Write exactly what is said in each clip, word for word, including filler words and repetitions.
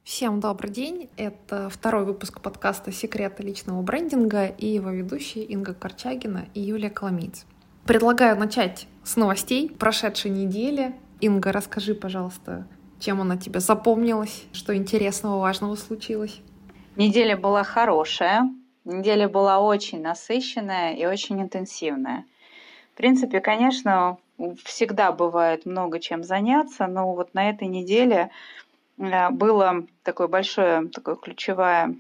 Всем добрый день. Это второй выпуск подкаста «Секреты личного брендинга» и его ведущие Инга Корчагина и Юлия Коломиец. Предлагаю начать с новостей прошедшей недели. Инга, расскажи, пожалуйста, чем она тебе запомнилась, что интересного, важного случилось? Неделя была хорошая, неделя была очень насыщенная и очень интенсивная. В принципе, конечно, всегда бывает много чем заняться, но вот на этой неделе было такое большое, такое ключевая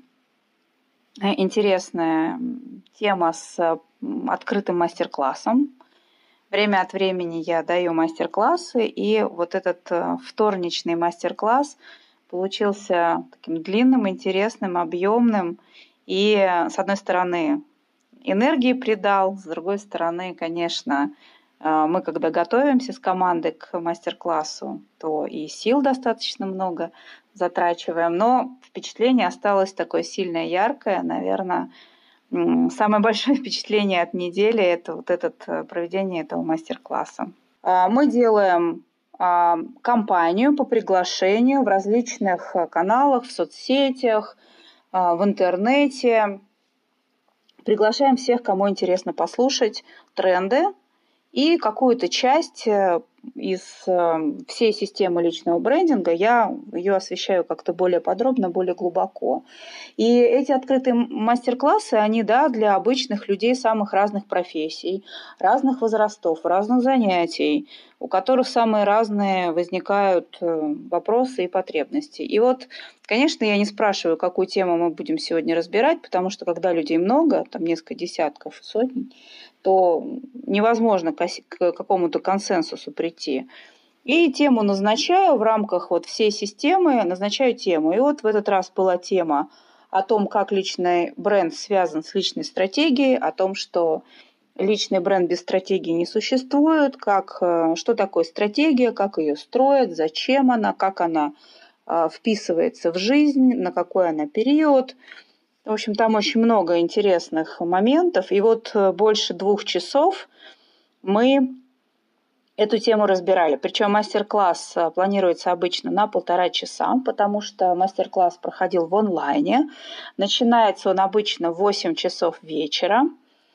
интересная тема с открытым мастер-классом. Время от времени я даю мастер-классы, и вот этот вторничный мастер-класс получился таким длинным, интересным, объемным. И, с одной стороны, энергии придал, с другой стороны, конечно, мы, когда готовимся с командой к мастер-классу, то и сил достаточно много затрачиваем, но впечатление осталось такое сильное, яркое. Наверное, самое большое впечатление от недели – это вот это проведение этого мастер-класса. Мы делаем кампанию по приглашению в различных каналах, в соцсетях, в интернете. Приглашаем всех, кому интересно послушать тренды и какую-то часть из всей системы личного брендинга я ее освещаю как-то более подробно, более глубоко. И эти открытые мастер-классы, они, да, для обычных людей самых разных профессий, разных возрастов, разных занятий, у которых самые разные возникают вопросы и потребности. И вот, конечно, я не спрашиваю, какую тему мы будем сегодня разбирать, потому что когда людей много, там несколько десятков, сотен, то невозможно к какому-то консенсусу прийти. И тему назначаю в рамках вот всей системы, назначаю тему. И вот в этот раз была тема о том, как личный бренд связан с личной стратегией, о том, что личный бренд без стратегии не существует, как, что такое стратегия, как ее строят, зачем она, как она вписывается в жизнь, на какой она период. В общем, там очень много интересных моментов. И вот больше двух часов мы эту тему разбирали. Причем мастер-класс планируется обычно на полтора часа, потому что мастер-класс проходил в онлайне. Начинается он обычно в восемь часов вечера.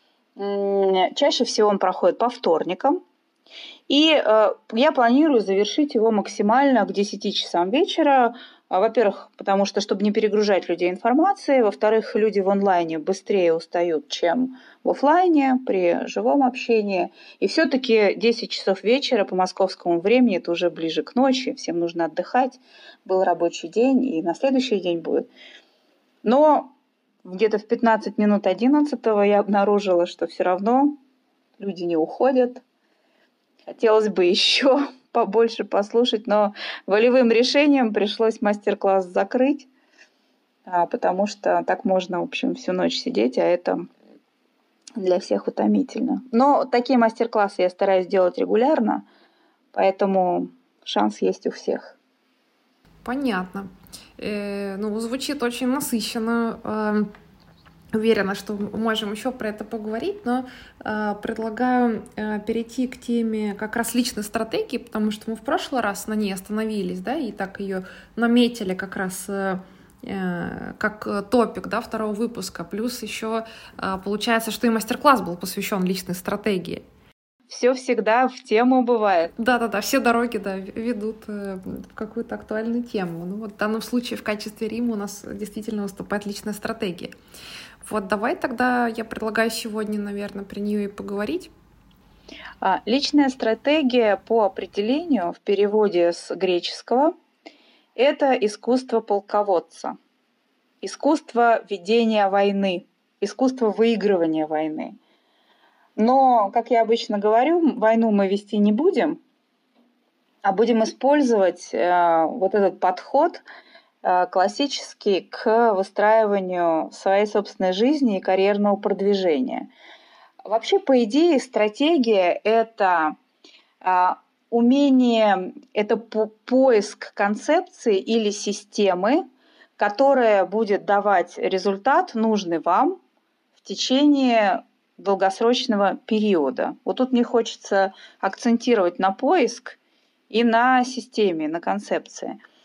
Чаще всего он проходит по вторникам. И я планирую завершить его максимально к десяти часам вечера. Во-первых, потому что, чтобы не перегружать людей информацией. Во-вторых, люди в онлайне быстрее устают, чем в офлайне при живом общении. И все-таки десять часов вечера по московскому времени, это уже ближе к ночи, всем нужно отдыхать. Был рабочий день, и на следующий день будет. Но где-то в пятнадцать минут одиннадцатого я обнаружила, что все равно люди не уходят. Хотелось бы еще побольше послушать, но волевым решением пришлось мастер-класс закрыть, потому что так можно, в общем, всю ночь сидеть, а это для всех утомительно. Но такие мастер-классы я стараюсь делать регулярно, поэтому шанс есть у всех. Понятно. Э, ну, звучит очень насыщенно. Уверена, что можем еще про это поговорить, но э, предлагаю э, перейти к теме как раз личной стратегии, потому что мы в прошлый раз на ней остановились, да, и так ее наметили как раз э, э, как топик, да, второго выпуска. Плюс еще э, получается, что и мастер-класс был посвящен личной стратегии. Все всегда в тему бывает. Да-да-да, все дороги, да, ведут э, в какую-то актуальную тему. Ну вот в данном случае в качестве Рима у нас действительно выступает личная стратегия. Вот давай тогда я предлагаю сегодня, наверное, про нее и поговорить. Личная стратегия по определению в переводе с греческого – это искусство полководца, искусство ведения войны, искусство выигрывания войны. Но, как я обычно говорю, войну мы вести не будем, а будем использовать вот этот подход классический к выстраиванию своей собственной жизни и карьерного продвижения. Вообще, по идее, стратегия – это умение, это поиск концепции или системы, которая будет давать результат, нужный вам, в течение долгосрочного периода. Вот тут мне хочется акцентировать на поиск и на системе, на концепции.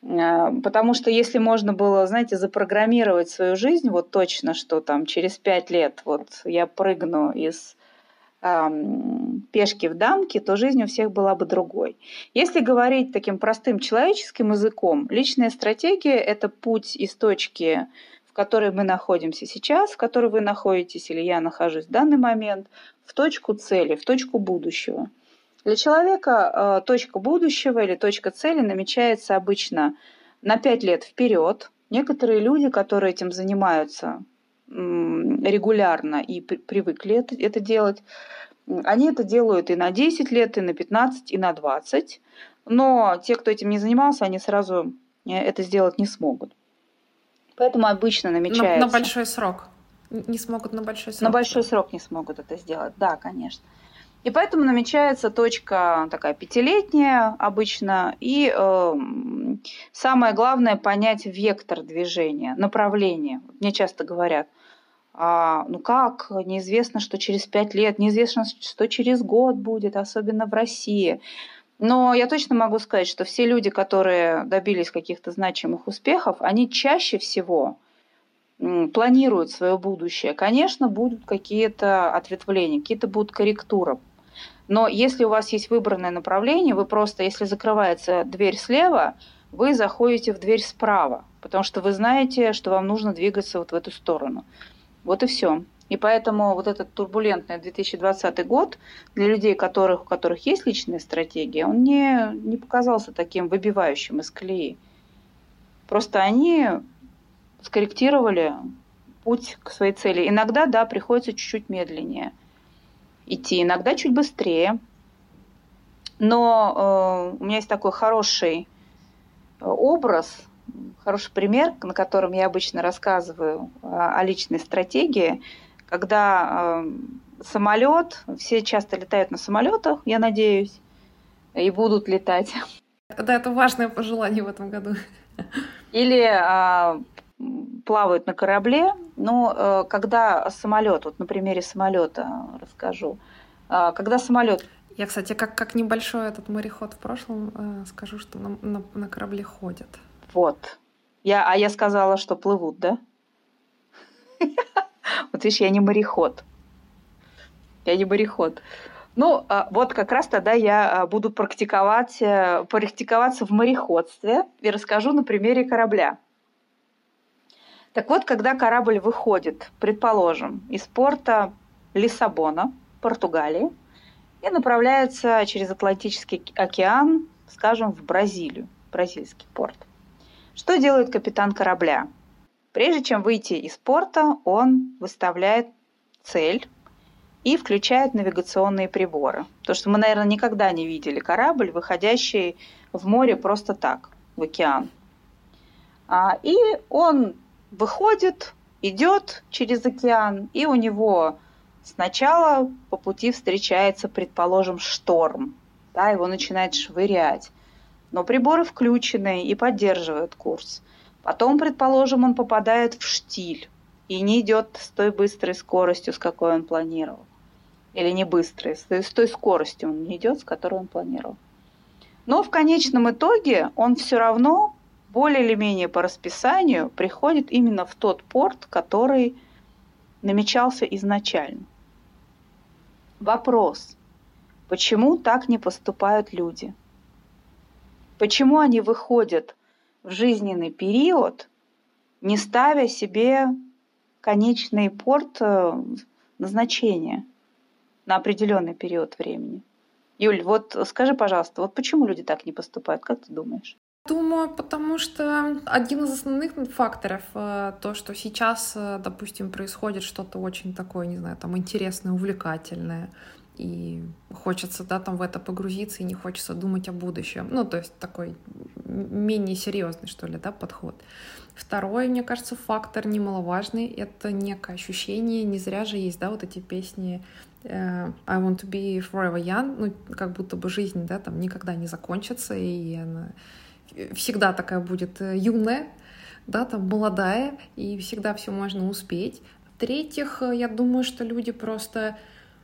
Потому что если можно было, знаете, запрограммировать свою жизнь вот точно, что там через пять лет вот я прыгну из эм, пешки в дамки, то жизнь у всех была бы другой. Если говорить таким простым человеческим языком, личная стратегия – это путь из точки, в которой мы находимся сейчас, в которой вы находитесь или я нахожусь в данный момент, в точку цели, в точку будущего. Для человека э, точка будущего или точка цели намечается обычно на пять лет вперед. Некоторые люди, которые этим занимаются м, регулярно и при, привыкли это, это делать, они это делают и на десять лет, и на пятнадцать, и на двадцать. Но те, кто этим не занимался, они сразу это сделать не смогут. Поэтому обычно намечается... На, на большой срок. Не смогут на большой срок. На большой срок не смогут это сделать, да, конечно. И поэтому намечается точка такая пятилетняя обычно. И э, самое главное понять вектор движения, направление. Мне часто говорят, а, ну как, неизвестно, что через пять лет, неизвестно, что через год будет, особенно в России. Но я точно могу сказать, что все люди, которые добились каких-то значимых успехов, они чаще всего планируют свое будущее. Конечно, будут какие-то ответвления, какие-то будут корректуры. Но если у вас есть выбранное направление, вы просто, если закрывается дверь слева, вы заходите в дверь справа, потому что вы знаете, что вам нужно двигаться вот в эту сторону. Вот и все. И поэтому вот этот турбулентный две тысячи двадцатый год для людей, которых, у которых есть личная стратегия, он не, не показался таким выбивающим из колеи. Просто они скорректировали путь к своей цели. Иногда, да, приходится чуть-чуть медленнее идти, иногда чуть быстрее. Но э, у меня есть такой хороший образ, хороший пример, на котором я обычно рассказываю о, о личной стратегии, когда э, самолет, все часто летают на самолетах, я надеюсь, и будут летать. Да, это важное пожелание в этом году. Или э, плавают на корабле. Но э, когда самолет, вот на примере самолета расскажу, э, когда самолет... Я, кстати, как, как небольшой этот мореход в прошлом, э, скажу, что на, на, на корабле ходят. Вот. Я, а я сказала, что плывут, да? Вот видишь, я не мореход. Я не мореход. Ну, вот как раз тогда я буду практиковать, практиковаться в мореходстве и расскажу на примере корабля. Так вот, когда корабль выходит, предположим, из порта Лиссабона, Португалии, и направляется через Атлантический океан, скажем, в Бразилию, бразильский порт. Что делает капитан корабля? Прежде чем выйти из порта, он выставляет цель и включает навигационные приборы. Потому что мы, наверное, никогда не видели корабль, выходящий в море просто так, в океан. И он выходит, идет через океан, и у него сначала по пути встречается, предположим, шторм. Да, его начинает швырять. Но приборы включены и поддерживают курс. Потом, предположим, он попадает в штиль и не идет с той быстрой скоростью, с какой он планировал. Или не быстрой, с той скоростью он не идет, с которой он планировал. Но в конечном итоге он все равно более или менее по расписанию приходит именно в тот порт, который намечался изначально. Вопрос: почему так не поступают люди? Почему они выходят в жизненный период, не ставя себе конечный порт назначения на определенный период времени? Юль, вот скажи, пожалуйста, вот почему люди так не поступают? Как ты думаешь? Думаю, потому что один из основных факторов то, что сейчас, допустим, происходит что-то очень такое, не знаю, там интересное, увлекательное, и хочется, да, там в это погрузиться, и не хочется думать о будущем. Ну, то есть такой менее серьезный, что ли, да, подход. Второй, мне кажется, фактор немаловажный — это некое ощущение, не зря же есть, да, вот эти песни I want to be forever young, ну, как будто бы жизнь, да, там никогда не закончится, и она всегда такая будет юная, да, там молодая, и всегда все можно успеть. В-третьих, я думаю, что люди просто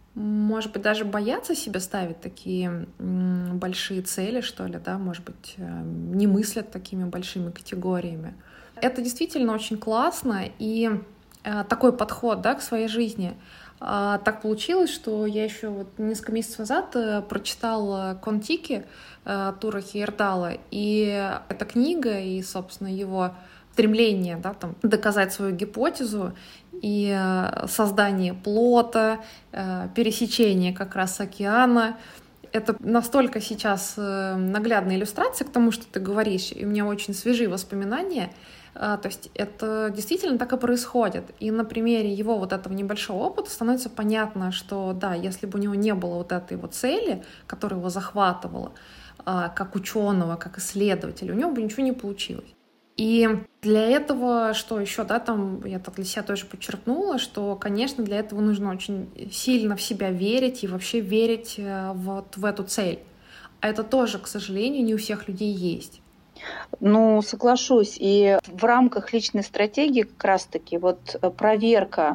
может быть, даже боятся себе ставить такие большие цели, что ли, да, может быть, не мыслят такими большими категориями. Это действительно очень классно, и такой подход, да, к своей жизни. Так получилось, что я еще вот несколько месяцев назад прочитала «Кон-Тики» Тура Хейердала, и эта книга, и, собственно, его стремление, да, там, доказать свою гипотезу, и создание плота, пересечение как раз океана. Это настолько сейчас наглядная иллюстрация к тому, что ты говоришь, и у меня очень свежие воспоминания. То есть это действительно так и происходит. И на примере его вот этого небольшого опыта становится понятно, что да, если бы у него не было вот этой вот цели, которая его захватывала, как ученого, как исследователя, у него бы ничего не получилось. И для этого, что еще, да, там, я так для себя тоже подчеркнула, что, конечно, для этого нужно очень сильно в себя верить и вообще верить вот в эту цель. А это тоже, к сожалению, не у всех людей есть. Ну, соглашусь. И в рамках личной стратегии как раз-таки вот проверка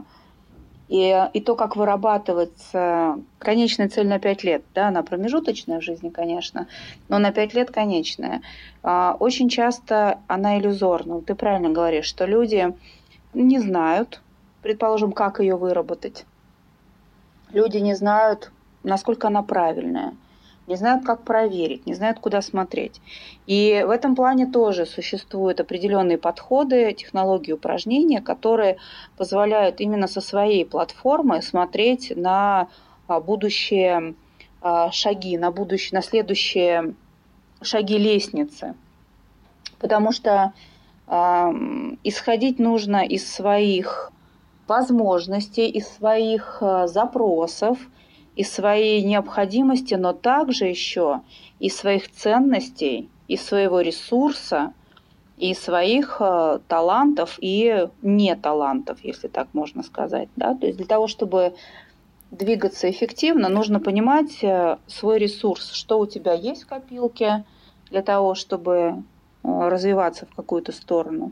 и, и то, как вырабатывается конечная цель на пять лет, да, она промежуточная в жизни, конечно, но на пять лет конечная. Очень часто она иллюзорна. Ты правильно говоришь, что люди не знают, предположим, как ее выработать. Люди не знают, насколько она правильная, не знают, как проверить, не знают, куда смотреть. И в этом плане тоже существуют определенные подходы, технологии упражнения, которые позволяют именно со своей платформы смотреть на будущие шаги, на, будущие, на следующие шаги лестницы. Потому что э, исходить нужно из своих возможностей, из своих э, запросов, из своей необходимости, но также еще из своих ценностей, из своего ресурса, из своих э, талантов и не талантов, если так можно сказать. Да? То есть для того, чтобы двигаться эффективно, нужно понимать э, свой ресурс, что у тебя есть в копилке для того, чтобы развиваться в какую-то сторону,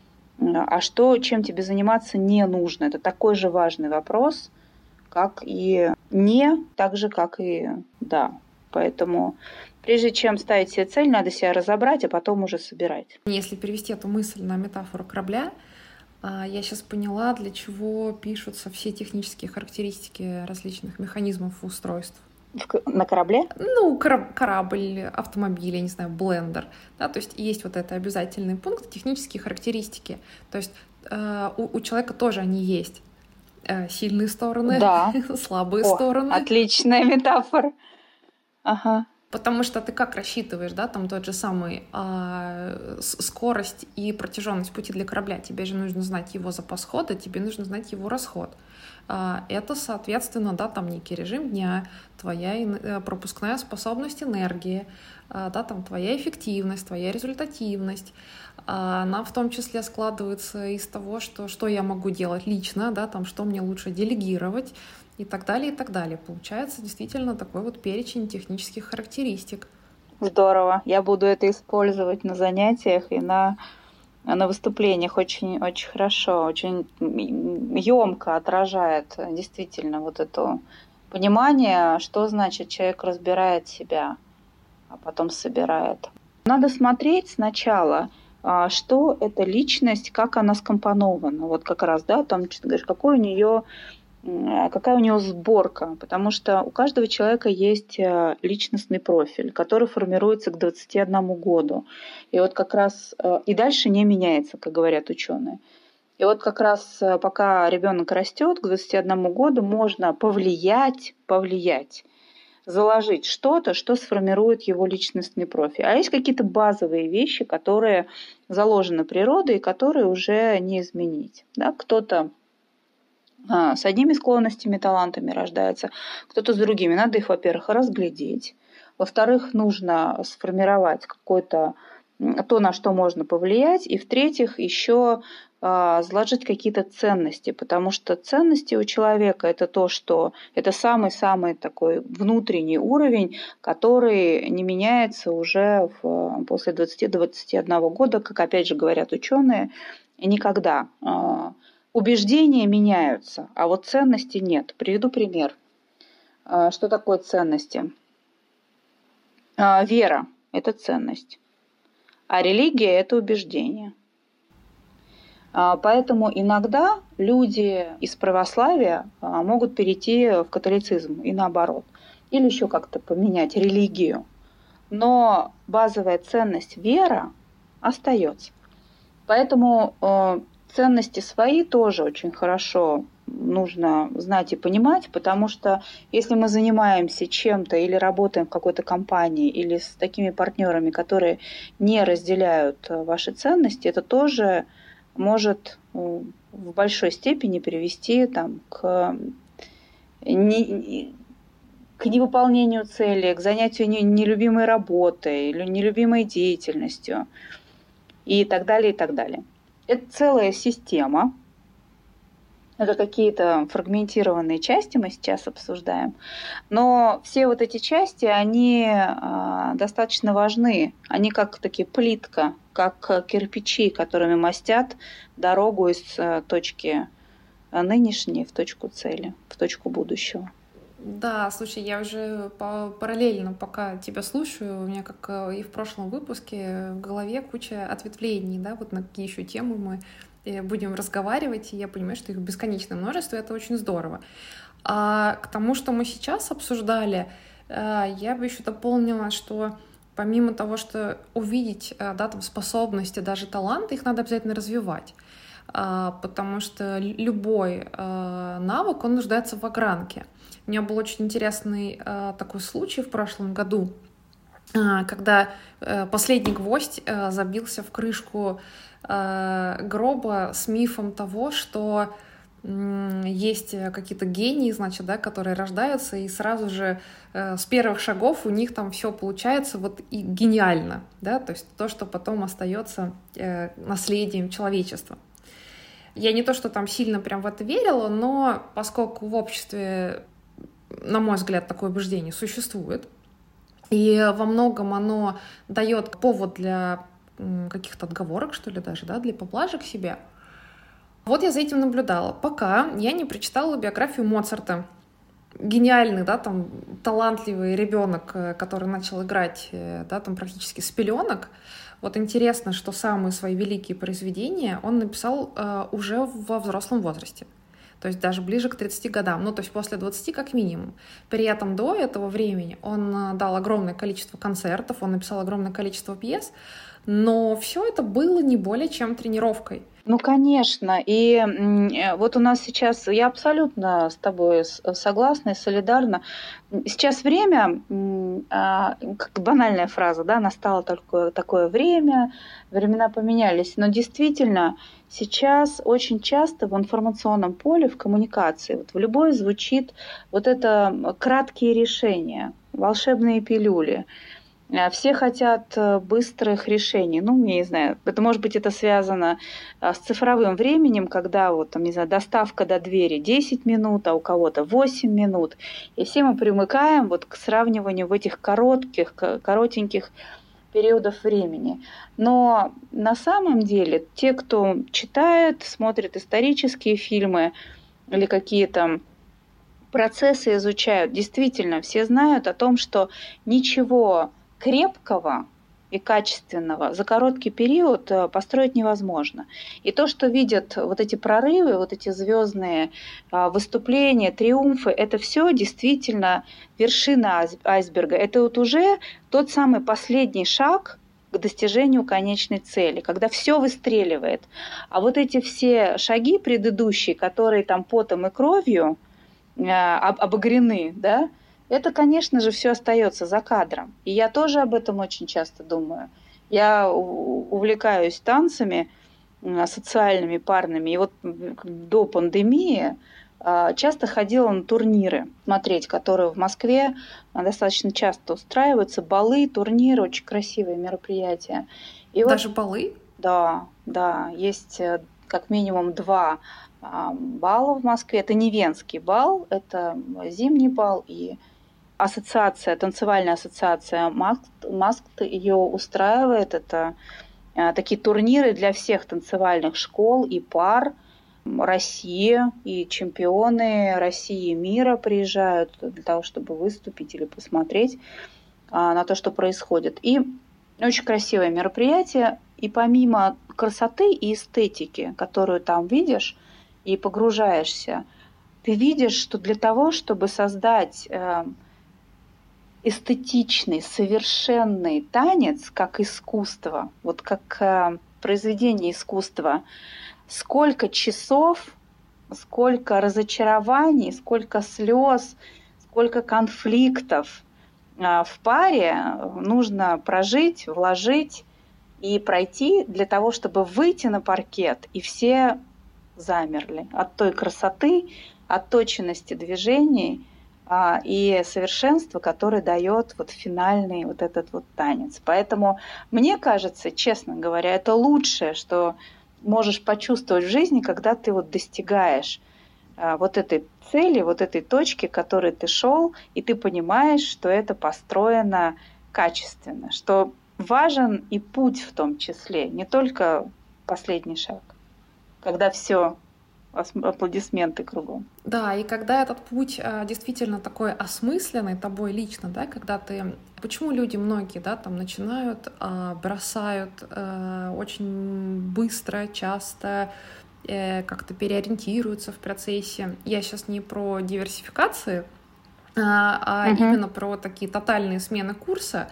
а что, чем тебе заниматься не нужно. Это такой же важный вопрос, как и не, так же, как и да. Поэтому прежде чем ставить себе цель, надо себя разобрать, а потом уже собирать. Если перевести эту мысль на метафору корабля, я сейчас поняла, для чего пишутся все технические характеристики различных механизмов и устройств. На корабле? Ну, корабль, автомобиль, я не знаю, блендер. Да, то есть есть вот это обязательный пункт, технические характеристики. То есть э, у, у человека тоже они есть. Э, сильные стороны, да. слабые О, стороны. Отличная метафора. Ага. Потому что ты как рассчитываешь, да, там тот же самый э, скорость и протяженность пути для корабля. Тебе же нужно знать его запас хода, тебе нужно знать его расход. Это, соответственно, да, там некий режим дня, твоя пропускная способность энергии, да, там твоя эффективность, твоя результативность. Она в том числе складывается из того, что, что я могу делать лично, да, там, что мне лучше делегировать и так далее, и так далее. Получается действительно такой вот перечень технических характеристик. Здорово. Я буду это использовать на занятиях и на на выступлениях очень, очень хорошо, очень емко отражает действительно вот это понимание, что значит человек разбирает себя, а потом собирает. Надо смотреть сначала, что эта личность, как она скомпонована. Вот как раз, да, там что ты говоришь, какой у нее какая у него сборка, потому что у каждого человека есть личностный профиль, который формируется к двадцати одному году. И вот как раз и дальше не меняется, как говорят ученые. И вот как раз пока ребенок растет, к двадцати одному году можно повлиять, повлиять, заложить что-то, что сформирует его личностный профиль. А есть какие-то базовые вещи, которые заложены природой и которые уже не изменить. Да? Кто-то с одними склонностями, талантами рождается, кто-то с другими. Надо их, во-первых, разглядеть. Во-вторых, нужно сформировать какое-то то, на что можно повлиять. И в-третьих, еще э, заложить какие-то ценности, потому что ценности у человека это то, что это самый-самый такой внутренний уровень, который не меняется уже в, после двадцати-двадцати одного года, как опять же говорят ученые, никогда. Убеждения меняются, а вот ценностей нет. Приведу пример. Что такое ценности? Вера – это ценность, а религия – это убеждение. Поэтому иногда люди из православия могут перейти в католицизм и наоборот, или еще как-то поменять религию. Но базовая ценность вера остается. Поэтому э, ценности свои тоже очень хорошо нужно знать и понимать, потому что если мы занимаемся чем-то или работаем в какой-то компании или с такими партнерами, которые не разделяют ваши ценности, это тоже может в большой степени привести там, к, не, к невыполнению цели, к занятию нелюбимой работой, или нелюбимой деятельностью и так далее, и так далее. Это целая система. Это какие-то фрагментированные части мы сейчас обсуждаем. Но все вот эти части, они э, достаточно важны. Они как такие плитка, как кирпичи, которыми мастят дорогу из э, точки нынешней в точку цели, в точку будущего. Да, слушай, я уже параллельно, пока тебя слушаю, у меня, как и в прошлом выпуске, в голове куча ответвлений, да, вот на какие еще темы мы будем разговаривать, и я понимаю, что их бесконечное множество, это очень здорово. А к тому, что мы сейчас обсуждали, я бы еще дополнила, что помимо того, что увидеть, да, там, способности, даже таланты, их надо обязательно развивать, потому что любой навык, он нуждается в огранке. У меня был очень интересный такой случай в прошлом году, когда последний гвоздь забился в крышку гроба с мифом того, что есть какие-то гении, значит, да, которые рождаются, и сразу же с первых шагов у них там все получается вот и гениально, да, то есть то, что потом остается наследием человечества. Я не то, что там сильно прям в это верила, но поскольку в обществе, на мой взгляд, такое убеждение существует, и во многом оно дает повод для каких-то отговорок, что ли, даже, да, для поблажек себе. Вот я за этим наблюдала, пока я не прочитала биографию Моцарта. Гениальный, да, там, талантливый ребенок, который начал играть, да, там, практически с пеленок. Вот интересно, что самые свои великие произведения он написал э, уже во взрослом возрасте. То есть даже ближе к тридцати годам, ну, то есть после двадцати как минимум. При этом до этого времени он дал огромное количество концертов, он написал огромное количество пьес, но все это было не более чем тренировкой. Ну, конечно. И вот у нас сейчас, я абсолютно с тобой согласна и солидарна. Сейчас время, как банальная фраза, да, настало только такое время, времена поменялись, но действительно сейчас очень часто в информационном поле, в коммуникации, вот в любой звучит вот это краткие решения, волшебные пилюли. Все хотят быстрых решений. Ну, я не знаю, это, может быть, это связано с цифровым временем, когда вот, там, не знаю, доставка до двери десять минут, а у кого-то восемь минут. И все мы примыкаем вот к сравниванию в этих коротких, коротеньких периодов времени. Но на самом деле те, кто читает, смотрит исторические фильмы или какие-то процессы изучают, действительно, все знают о том, что ничего крепкого и качественного за короткий период построить невозможно. И то, что видят вот эти прорывы, вот эти звездные выступления, триумфы, это все действительно вершина айсберга. Это вот уже тот самый последний шаг к достижению конечной цели, когда все выстреливает. А вот эти все шаги предыдущие, которые там потом и кровью обогрены, да, это, конечно же, все остается за кадром. И я тоже об этом очень часто думаю. Я увлекаюсь танцами социальными, парными. И вот до пандемии часто ходила на турниры смотреть, которые в Москве достаточно часто устраиваются. Балы, турниры, очень красивые мероприятия. И Даже вот, балы? Да, да. Есть как минимум два бала в Москве. Это не Венский бал, это зимний бал и ассоциация, танцевальная ассоциация Маскт ее устраивает. Это такие турниры для всех танцевальных школ и пар. России, и чемпионы России и мира приезжают для того, чтобы выступить или посмотреть а, на то, что происходит. И очень красивое мероприятие. И помимо красоты и эстетики, которую там видишь и погружаешься, ты видишь, что для того, чтобы создать э, эстетичный, совершенный танец, как искусство, вот как э, произведение искусства, сколько часов, сколько разочарований, сколько слез, сколько конфликтов э, в паре нужно прожить, вложить и пройти для того, чтобы выйти на паркет, и все замерли от той красоты, от точности движений а, и совершенства, которое дает вот финальный вот этот вот танец. Поэтому мне кажется, честно говоря, это лучшее, что можешь почувствовать в жизни, когда ты вот достигаешь а, вот этой цели, вот этой точки, к которой ты шел, и ты понимаешь, что это построено качественно, что важен и путь в том числе, не только последний шаг, когда все аплодисменты кругом. Да, и когда этот путь а, действительно такой осмысленный тобой лично, да, когда ты... Почему люди многие, да, там начинают, а, бросают а, очень быстро, часто, э, как-то переориентируются в процессе. Я сейчас не про диверсификации, а, а угу. именно про такие тотальные смены курса,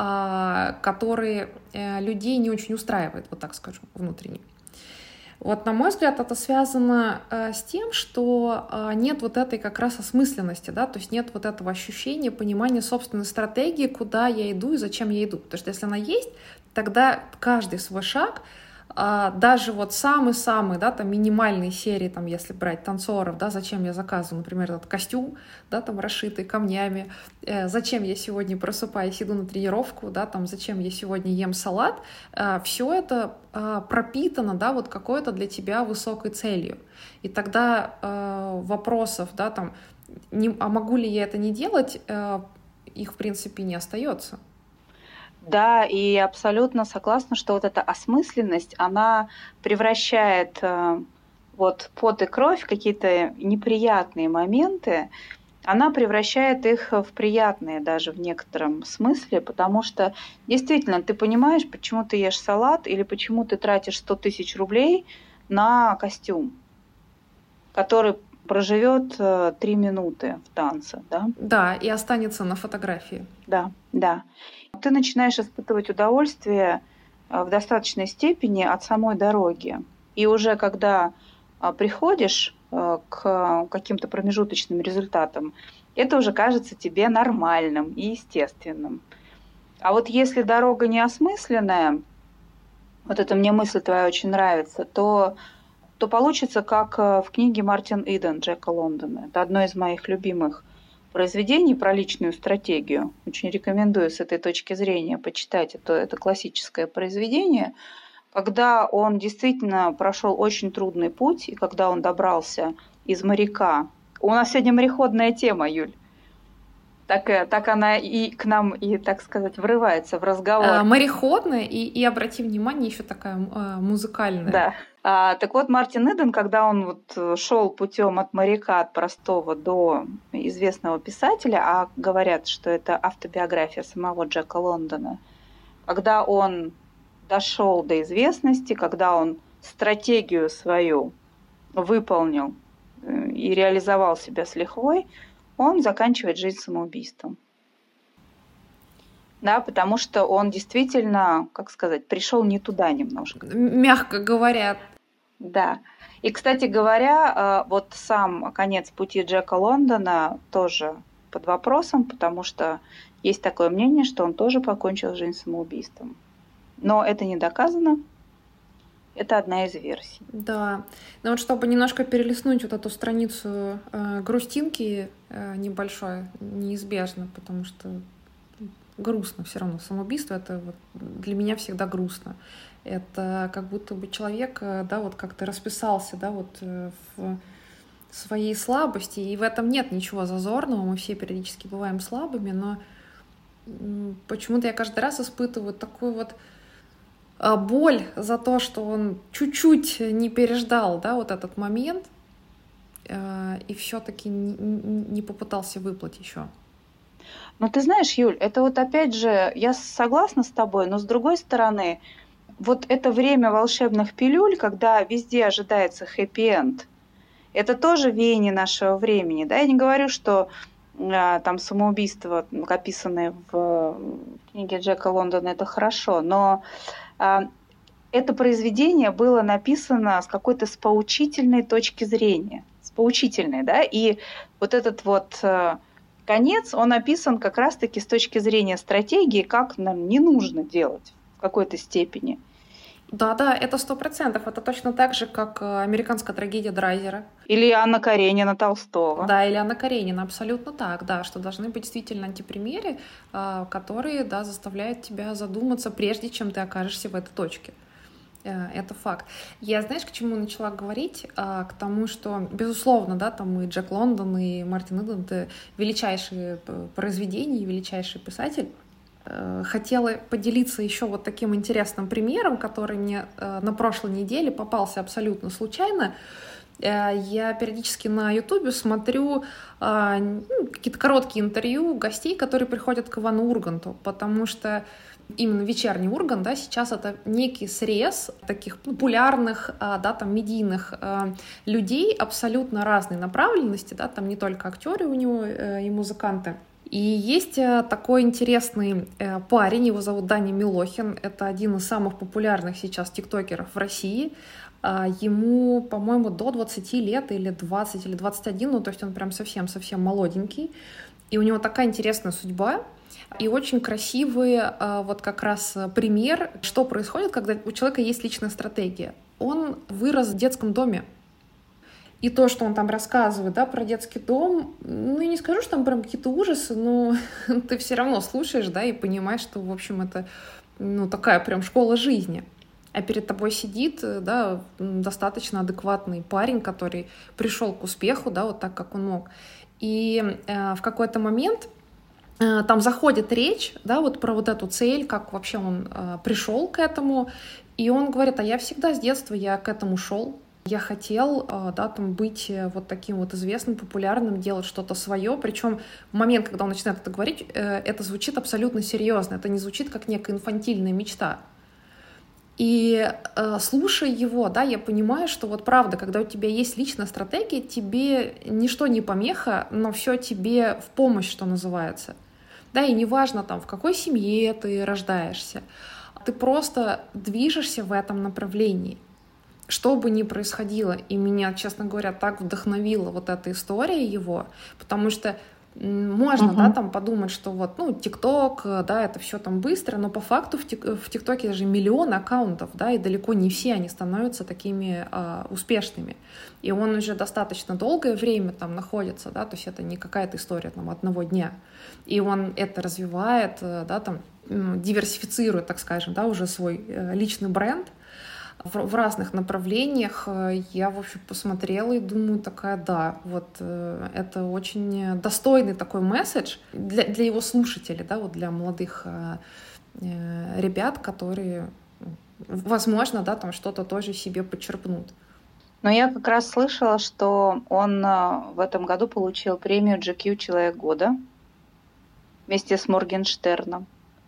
а, которые э, людей не очень устраивают, вот так скажем, внутренне. Вот, на мой взгляд, это связано э, с тем, что э, нет вот этой как раз осмысленности, да, то есть нет вот этого ощущения, понимания собственной стратегии, куда я иду и зачем я иду. Потому что если она есть, тогда каждый свой шаг, э, даже вот самый-самый, да, там минимальные серии, там, если брать танцоров, да, зачем я заказываю, например, этот костюм, да, там расшитый камнями, э, зачем я сегодня просыпаюсь, иду на тренировку, да, там, зачем я сегодня ем салат, э, все это э, пропитано, да, вот какой-то для тебя высокой целью. И тогда э, вопросов, да, там, не, а могу ли я это не делать, э, их, в принципе, не остается. Да, и абсолютно согласна, что вот эта осмысленность, она превращает э, вот пот и кровь, какие-то неприятные моменты, она превращает их в приятные даже в некотором смысле, потому что действительно ты понимаешь, почему ты ешь салат или почему ты тратишь сто тысяч рублей на костюм, который проживет э, три минуты в танце, да? Да, и останется на фотографии. Да, да. Ты начинаешь испытывать удовольствие в достаточной степени от самой дороги. И уже когда приходишь к каким-то промежуточным результатам, это уже кажется тебе нормальным и естественным. А вот если дорога неосмысленная, вот эта мне мысль твоя очень нравится, то, то получится как в книге Мартин Иден Джека Лондона. Это одно из моих любимых произведений про личную стратегию. Очень рекомендую с этой точки зрения почитать это, это классическое произведение, когда он действительно прошел очень трудный путь, и когда он добрался из моряка. У нас сегодня мореходная тема, Юль. Так, так она и к нам, и, так сказать, врывается в разговор. А, мореходная, и, и обрати внимание, еще такая а, музыкальная. Да. А, так вот, Мартин Иден, когда он вот шел путем от моряка, от простого до известного писателя, а говорят, что это автобиография самого Джека Лондона, когда он дошел до известности, когда он стратегию свою выполнил и реализовал себя с лихвой, он заканчивает жизнь самоубийством. Да, потому что он действительно, как сказать, пришел не туда немножко. Мягко говоря. Да. И, кстати говоря, вот сам конец пути Джека Лондона тоже под вопросом, потому что есть такое мнение, что он тоже покончил жизнь самоубийством. Но это не доказано. Это одна из версий. Да. Но вот чтобы немножко перелистнуть вот эту страницу э, грустинки э, небольшой, неизбежно, потому что грустно все равно. Самоубийство — это вот для меня всегда грустно. Это как будто бы человек, да, вот как-то расписался, да, вот в своей слабости, и в этом нет ничего зазорного, мы все периодически бываем слабыми, но почему-то я каждый раз испытываю такую вот боль за то, что он чуть-чуть не переждал, да, вот этот момент, и все-таки не попытался выплыть еще. Ну, ты знаешь, Юль, это вот опять же, я согласна с тобой, но с другой стороны, вот это время волшебных пилюль, когда везде ожидается хэппи-энд, это тоже веяние нашего времени, да, я не говорю, что а, там самоубийства, описанные в книге Джека Лондона, это хорошо, но а, это произведение было написано с какой-то с поучительной точки зрения, с поучительной, да, и вот этот вот конец, он описан как раз-таки с точки зрения стратегии, как нам не нужно делать в какой-то степени. Да-да, это сто процентов. Это точно так же, как американская трагедия Драйзера. Или Анна Каренина Толстого. Да, или Анна Каренина, абсолютно так, да, что должны быть действительно антипримеры, которые, да, заставляют тебя задуматься, прежде чем ты окажешься в этой точке. Это факт. Я, знаешь, к чему начала говорить? К тому, что, безусловно, да, там и Джек Лондон, и Мартин Иден — это величайшие произведения, величайший писатель. Хотела поделиться еще вот таким интересным примером, который мне на прошлой неделе попался абсолютно случайно. Я периодически на Ютубе смотрю ну, какие-то короткие интервью гостей, которые приходят к Ивану Урганту, потому что именно вечерний Ургант, да, сейчас это некий срез таких популярных, да, там, медийных людей абсолютно разной направленности, да, там не только актеры у него и музыканты. И есть такой интересный парень, его зовут Даня Милохин, это один из самых популярных сейчас тиктокеров в России. Ему, по-моему, до двадцати лет, или двадцать, или двадцать один, ну, то есть он прям совсем-совсем молоденький. И у него такая интересная судьба. И очень красивый вот как раз пример, что происходит, когда у человека есть личная стратегия. Он вырос в детском доме. И то, что он там рассказывает, да, про детский дом, ну, я не скажу, что там прям какие-то ужасы, но ты все равно слушаешь, да, и понимаешь, что, в общем, это, ну, такая прям школа жизни. А перед тобой сидит, да, достаточно адекватный парень, который пришел к успеху, да, вот так, как он мог. И э, в какой-то момент э, там заходит речь, да, вот про вот эту цель, как вообще он э, пришел к этому, и он говорит: а я всегда с детства, я к этому шел. Я хотел, да, там, быть вот таким вот известным, популярным, делать что-то свое. Причем в момент, когда он начинает это говорить, это звучит абсолютно серьезно. Это не звучит как некая инфантильная мечта. И слушая его, да, я понимаю, что вот правда, когда у тебя есть личная стратегия, тебе ничто не помеха, но все тебе в помощь, что называется. Да, и неважно, там, в какой семье ты рождаешься, ты просто движешься в этом направлении. Что бы ни происходило, и меня, честно говоря, так вдохновила вот эта история его, потому что можно, uh-huh. да, там подумать, что вот, ну, ТикТок, да, это все там быстро, но по факту в, тик, в ТикТоке даже миллион аккаунтов, да, и далеко не все они становятся такими а, успешными. И он уже достаточно долгое время там находится, да, то есть это не какая-то история там одного дня. И он это развивает, да, там, диверсифицирует, так скажем, да, уже свой личный бренд в разных направлениях. Я, в общем, посмотрела и думаю, такая, да, вот это очень достойный такой месседж для, для его слушателей, да, вот для молодых ребят, которые, возможно, да, там что-то тоже себе подчерпнут. Но я как раз слышала, что он в этом году получил премию джи кью «Человек года» вместе с Моргенштерном.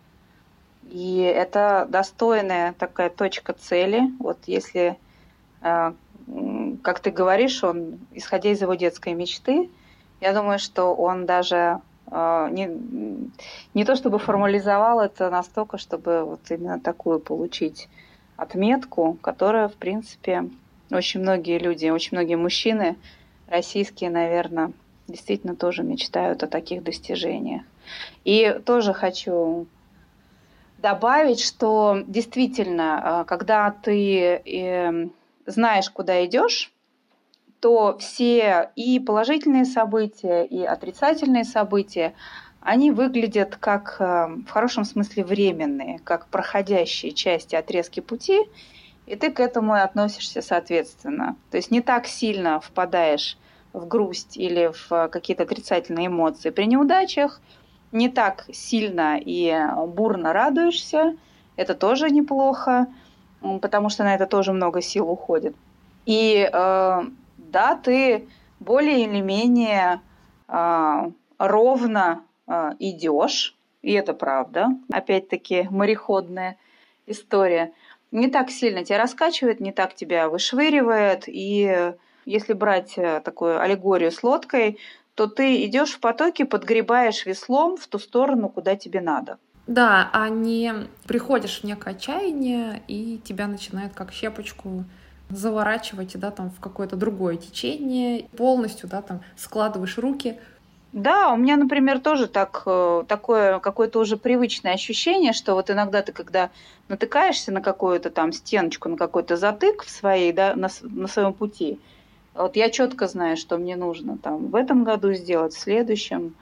И это достойная такая точка цели. Вот если, как ты говоришь, он, исходя из его детской мечты, я думаю, что он даже не, не то чтобы формализовал это настолько, чтобы вот именно такую получить отметку, которая, в принципе, очень многие люди, очень многие мужчины российские, наверное, действительно тоже мечтают о таких достижениях. И тоже хочу добавить, что действительно, когда ты знаешь, куда идешь, то все и положительные события, и отрицательные события, они выглядят как, в хорошем смысле, временные, как проходящие части, отрезки пути, и ты к этому и относишься соответственно. То есть не так сильно впадаешь в грусть или в какие-то отрицательные эмоции при неудачах, не так сильно и бурно радуешься, это тоже неплохо. потому что на это тоже много сил уходит. И э, да, ты более или менее э, ровно э, идешь, и это правда. Опять-таки мореходная история. Не так сильно тебя раскачивает, не так тебя вышвыривает. И если брать такую аллегорию с лодкой, то ты идешь в потоке, подгребаешь веслом в ту сторону, куда тебе надо. Да, а не приходишь в некое отчаяние, и тебя начинает как щепочку заворачивать, да, там, в какое-то другое течение, полностью, да, там, складываешь руки. Да, у меня, например, тоже так, такое какое-то уже привычное ощущение, что вот иногда ты, когда натыкаешься на какую-то там стеночку, на какой-то затык в своей, да, на, на своем пути, вот я четко знаю, что мне нужно там в этом году сделать, в следующем,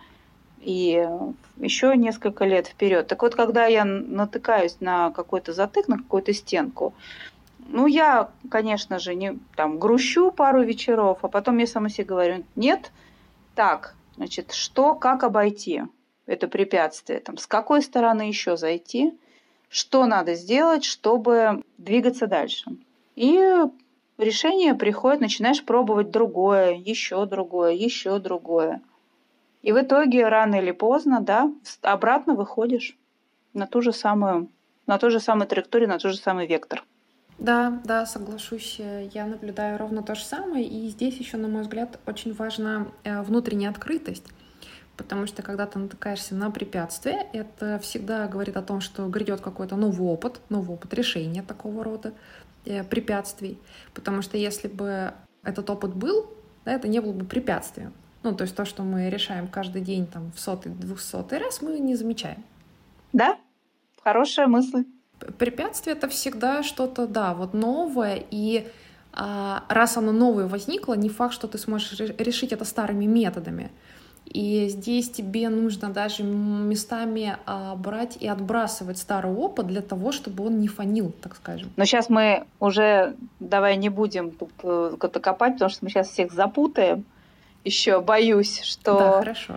и еще несколько лет вперед. Так вот, когда я натыкаюсь на какой-то затык, на какую-то стенку, ну, я, конечно же, не там грущу пару вечеров, а потом я сама себе говорю: нет, так, значит, что, как обойти это препятствие, там, с какой стороны еще зайти, что надо сделать, чтобы двигаться дальше. И решение приходит, начинаешь пробовать другое, еще другое, еще другое. И в итоге рано или поздно, да, обратно выходишь на ту же самую, на ту же самую траекторию, на тот же самый вектор. Да, да, соглашусь. Я наблюдаю ровно то же самое. И здесь еще, на мой взгляд, очень важна внутренняя открытость. Потому что когда ты натыкаешься на препятствие, это всегда говорит о том, что грядет какой-то новый опыт, новый опыт решения такого рода препятствий. Потому что если бы этот опыт был, да, это не было бы препятствием. Ну, то есть то, что мы решаем каждый день там, в сотый, двухсотый раз, мы не замечаем. Да, хорошая мысль. Препятствие — это всегда что-то, да, вот новое, и а, раз оно новое возникло, не факт, что ты сможешь решить это старыми методами. И здесь тебе нужно даже местами а, брать и отбрасывать старый опыт для того, чтобы он не фонил, так скажем. Но сейчас мы уже, давай не будем тут это копать, потому что мы сейчас всех запутаем. Еще боюсь, что да, хорошо.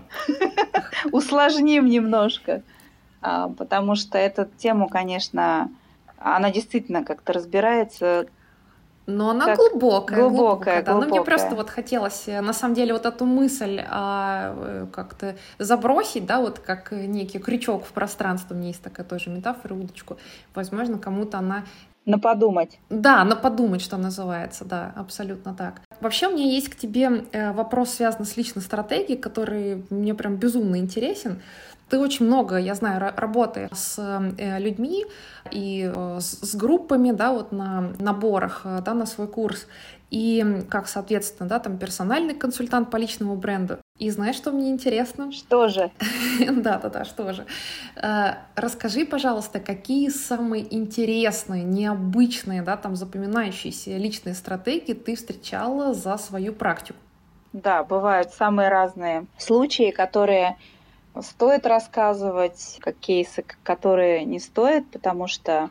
усложним немножко, потому что эту тему, конечно, она действительно как-то разбирается. Но она глубокая, глубокая, глубокая, да. глубокая. Но мне просто вот хотелось, на самом деле, вот эту мысль а, как-то забросить, да, вот как некий крючок в пространство. У меня есть такая тоже метафора, удочку. Возможно, кому-то она... На подумать. Да, на подумать, что называется, да, абсолютно так. Вообще у меня есть к тебе вопрос, связанный с личной стратегией, который мне прям безумно интересен. Ты очень много, я знаю, работаешь с людьми и с группами, да, вот на наборах, да, на свой курс. И как, соответственно, да, там персональный консультант по личному бренду. И знаешь, что мне интересно? Что же? Да-да-да, что же. Расскажи, пожалуйста, какие самые интересные, необычные, да, там запоминающиеся личные стратегии ты встречала за свою практику? Да, бывают самые разные случаи, которые стоит рассказывать, как кейсы, которые не стоит, потому что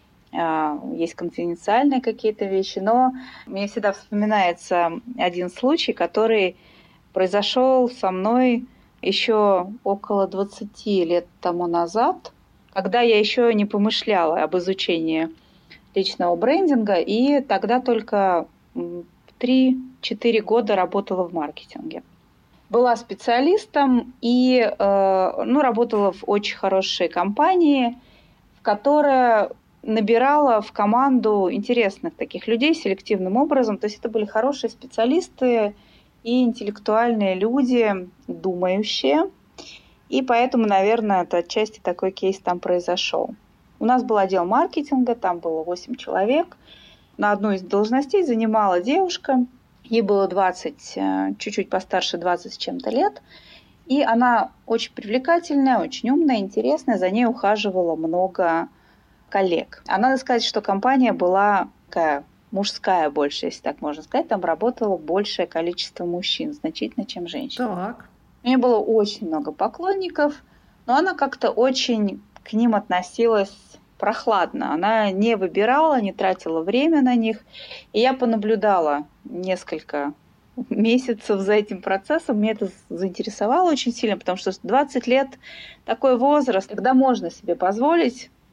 есть конфиденциальные какие-то вещи, но мне всегда вспоминается один случай, который произошел со мной еще около двадцати лет тому назад, когда я еще не помышляла об изучении личного брендинга, и тогда только три-четыре года работала в маркетинге. Была специалистом и ну, работала в очень хорошей компании, в которой набирала в команду интересных таких людей селективным образом. То есть это были хорошие специалисты и интеллектуальные люди, думающие. И поэтому, наверное, это отчасти такой кейс там произошел. У нас был отдел маркетинга, там было восемь человек. На одну из должностей занимала девушка. Ей было двадцать, чуть-чуть постарше, двадцать с чем-то лет. И она очень привлекательная, очень умная, интересная. За ней ухаживало много коллег. А надо сказать, что компания была такая мужская больше, если так можно сказать. Там работало большее количество мужчин, значительно, чем женщин. Так. У нее было очень много поклонников, но она как-то очень к ним относилась прохладно. Она не выбирала, не тратила время на них. И я понаблюдала несколько месяцев за этим процессом. Меня это заинтересовало очень сильно, потому что двадцать лет такой возраст, когда можно себе позволить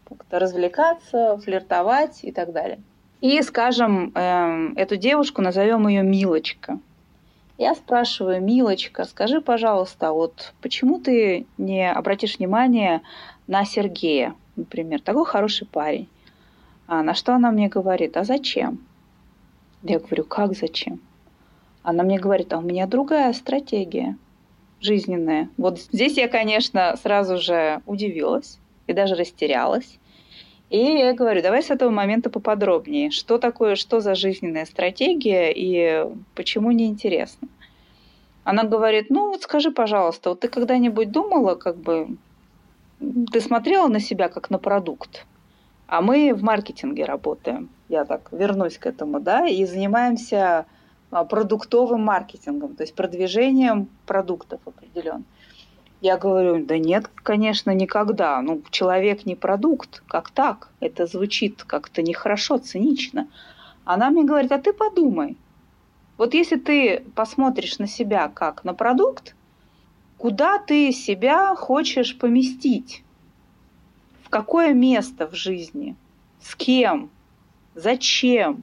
как-то развлекаться, флиртовать и так далее. И, скажем, э, эту девушку назовем ее Милочка. Я спрашиваю: Милочка, скажи, пожалуйста, вот почему ты не обратишь внимание на Сергея, например, такой хороший парень? А на что она мне говорит: а зачем? Я говорю: как зачем? Она мне говорит: а у меня другая стратегия жизненная. Вот здесь я, конечно, сразу же удивилась и даже растерялась. И я говорю: давай с этого момента поподробнее. Что такое, что за жизненная стратегия и почему неинтересно? Она говорит: ну вот скажи, пожалуйста, вот ты когда-нибудь думала, как бы, ты смотрела на себя как на продукт? А мы в маркетинге работаем. Я так вернусь к этому, да, и занимаемся продуктовым маркетингом, то есть продвижением продуктов определенных. Я говорю: да нет, конечно, никогда. Ну, человек не продукт. Как так? Это звучит как-то нехорошо, цинично. Она мне говорит: а ты подумай. Вот если ты посмотришь на себя как на продукт, куда ты себя хочешь поместить? В какое место в жизни? С кем? Зачем?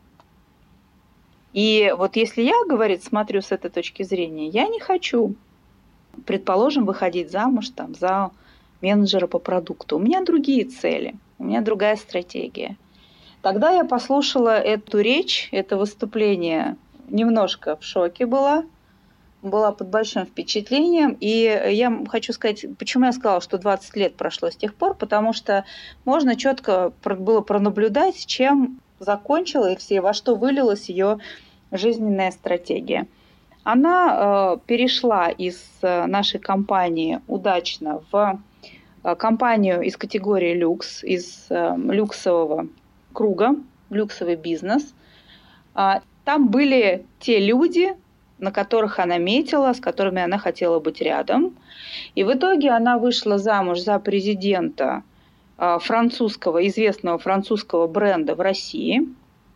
И вот если я, говорит, смотрю с этой точки зрения, я не хочу, предположим, выходить замуж там, за менеджера по продукту. У меня другие цели, у меня другая стратегия. Тогда я послушала эту речь, это выступление, немножко в шоке была, была под большим впечатлением. И я хочу сказать, почему я сказала, что двадцать лет прошло с тех пор, потому что можно четко было пронаблюдать, чем закончила и все, во что вылилась ее жизненная стратегия. Она э, перешла из э, нашей компании удачно в э, компанию из категории люкс, из э, люксового круга, люксовый бизнес. А, там были те люди, на которых она метила, с которыми она хотела быть рядом. И в итоге она вышла замуж за президента э, французского, известного французского бренда в России.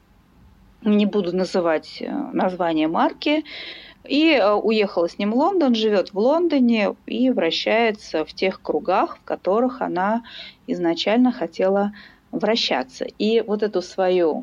Не буду называть название марки. И уехала с ним в Лондон, живет в Лондоне и вращается в тех кругах, в которых она изначально хотела вращаться. И вот эту свою,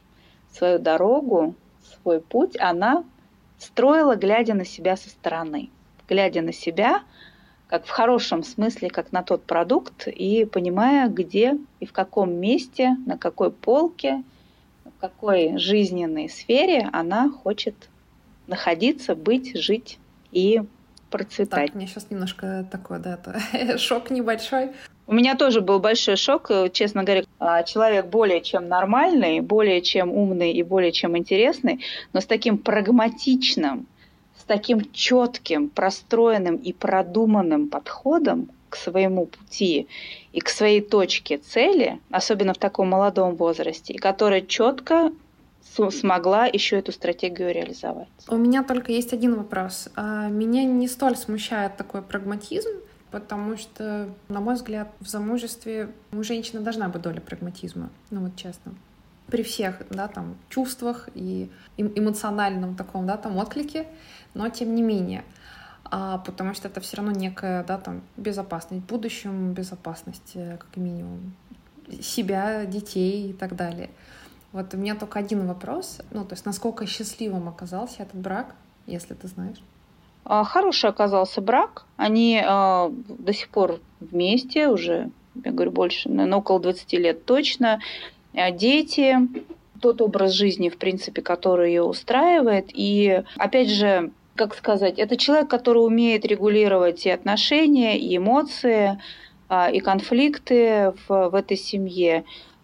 свою дорогу, свой путь она строила, глядя на себя со стороны. Глядя на себя, как в хорошем смысле, как на тот продукт, и понимая, где и в каком месте, на какой полке, в какой жизненной сфере она хочет находиться, быть, жить и процветать. Так, мне сейчас немножко такой, да, это шок небольшой. У меня тоже был большой шок, честно говоря. Человек более чем нормальный, более чем умный и более чем интересный, но с таким прагматичным, с таким четким, простроенным и продуманным подходом к своему пути и к своей точке цели, особенно в таком молодом возрасте, и которая четко смогла еще эту стратегию реализовать. У меня только есть один вопрос. Меня не столь смущает такой прагматизм, потому что, на мой взгляд, в замужестве у женщины должна быть доля прагматизма, ну вот честно. При всех, да, там, чувствах и эмоциональном таком, да, там, отклике, но тем не менее. А, потому что это все равно некая, да, там, безопасность в будущем, безопасность, как минимум, себя, детей и так далее. Вот у меня только один вопрос, ну, то есть насколько счастливым оказался этот брак, если ты знаешь? Хороший оказался брак. Они э, до сих пор вместе уже, я говорю, больше, наверное, около двадцати лет точно. Дети, тот образ жизни, в принципе, который ее устраивает. И, опять же, как сказать, это человек, который умеет регулировать и отношения, и эмоции, э, и конфликты в, в этой семье.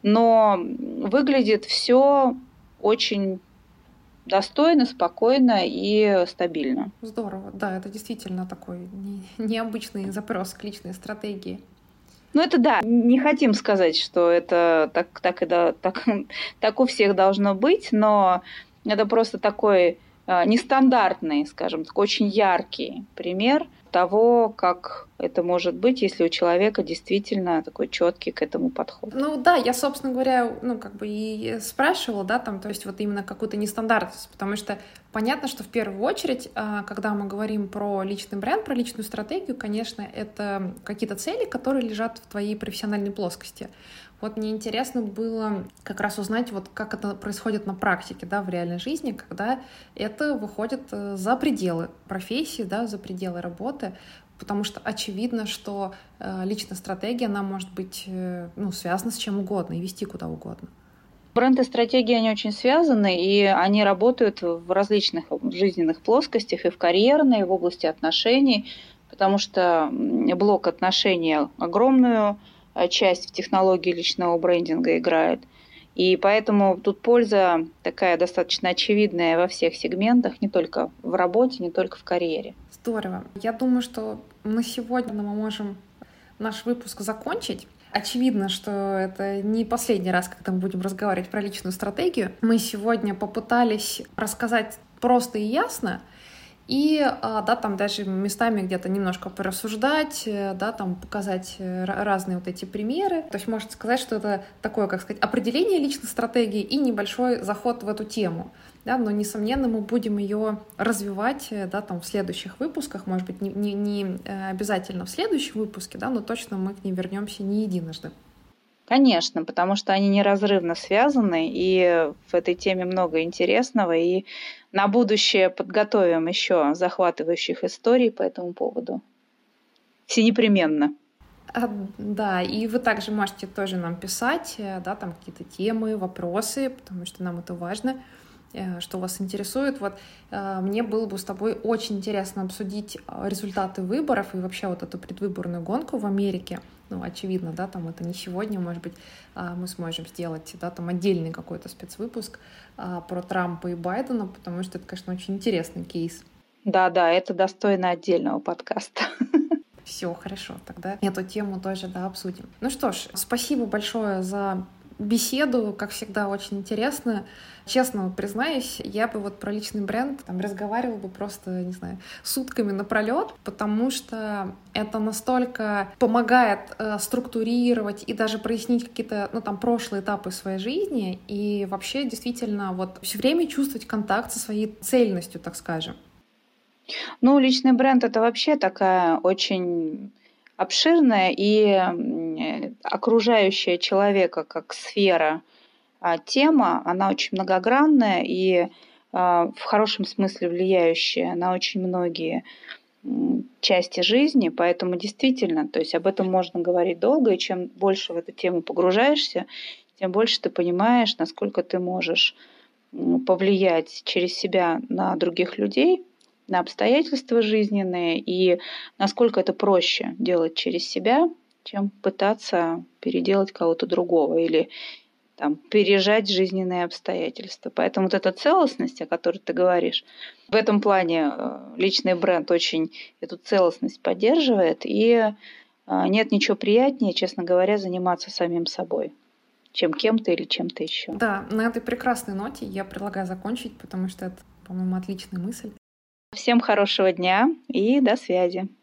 Но выглядит все очень достойно, спокойно и стабильно. Здорово. Да, это действительно такой не, необычный запрос к личной стратегии. Ну, это да. Не хотим сказать, что это так, так, и да, так, так у всех должно быть, но это просто такой э, нестандартный, скажем так, очень яркий пример того, как это может быть, если у человека действительно такой четкий к этому подход. Ну да, я, собственно говоря, ну как бы и спрашивала, да, там, то есть вот именно какую-то нестандартность, потому что понятно, что в первую очередь, когда мы говорим про личный бренд, про личную стратегию, конечно, это какие-то цели, которые лежат в твоей профессиональной плоскости. Вот мне интересно было как раз узнать, вот как это происходит на практике, да, в реальной жизни, когда это выходит э, за пределы профессии, да, за пределы работы, потому что очевидно, что э, личная стратегия, она может быть э, ну, связана с чем угодно и вести куда угодно. Бренд и стратегии, они очень связаны, и они работают в различных жизненных плоскостях, и в карьерной, и в области отношений, потому что блок отношений огромную часть в технологии личного брендинга играет. И поэтому тут польза такая достаточно очевидная во всех сегментах, не только в работе, не только в карьере. Здорово. Я думаю, что на сегодня мы можем наш выпуск закончить. Очевидно, что это не последний раз, когда мы будем разговаривать про личную стратегию. Мы сегодня попытались рассказать просто и ясно, и, да, там даже местами где-то немножко порассуждать, да, там показать разные вот эти примеры. То есть можно сказать, что это такое, как сказать, определение личной стратегии и небольшой заход в эту тему. Да, но, несомненно, мы будем ее развивать, да, там, в следующих выпусках, может быть, не, не, не обязательно в следующем выпуске, да, но точно мы к ней вернемся не единожды. Конечно, потому что они неразрывно связаны, и в этой теме много интересного, и на будущее подготовим еще захватывающих историй по этому поводу. Все непременно. А, да, и вы также можете тоже нам писать, да, там какие-то темы, вопросы, потому что нам это важно, что вас интересует. Вот мне было бы с тобой очень интересно обсудить результаты выборов и вообще вот эту предвыборную гонку в Америке. Ну, очевидно, да, там это не сегодня, может быть, мы сможем сделать, да, там отдельный какой-то спецвыпуск про Трампа и Байдена, потому что это, конечно, очень интересный кейс. Да-да, это достойно отдельного подкаста. Все, хорошо, тогда эту тему тоже, да, обсудим. Ну что ж, спасибо большое за беседу, как всегда, очень интересно. Честно признаюсь, я бы вот про личный бренд там разговаривала бы просто, не знаю, сутками напролет, потому что это настолько помогает э, структурировать и даже прояснить какие-то, ну, там, прошлые этапы своей жизни и вообще действительно вот все время чувствовать контакт со своей цельностью, так скажем. Ну, личный бренд — это вообще такая очень обширная и окружающая человека как сфера тема. Она очень многогранная и в хорошем смысле влияющая на очень многие части жизни, поэтому действительно, то есть об этом можно говорить долго, и чем больше в эту тему погружаешься, тем больше ты понимаешь, насколько ты можешь повлиять через себя на других людей, на обстоятельства жизненные, и насколько это проще делать через себя, чем пытаться переделать кого-то другого или там, пережать жизненные обстоятельства. Поэтому вот эта целостность, о которой ты говоришь, в этом плане личный бренд очень эту целостность поддерживает, и нет ничего приятнее, честно говоря, заниматься самим собой, чем кем-то или чем-то еще. Да, на этой прекрасной ноте я предлагаю закончить, потому что это, по-моему, отличная мысль. Всем хорошего дня и до связи.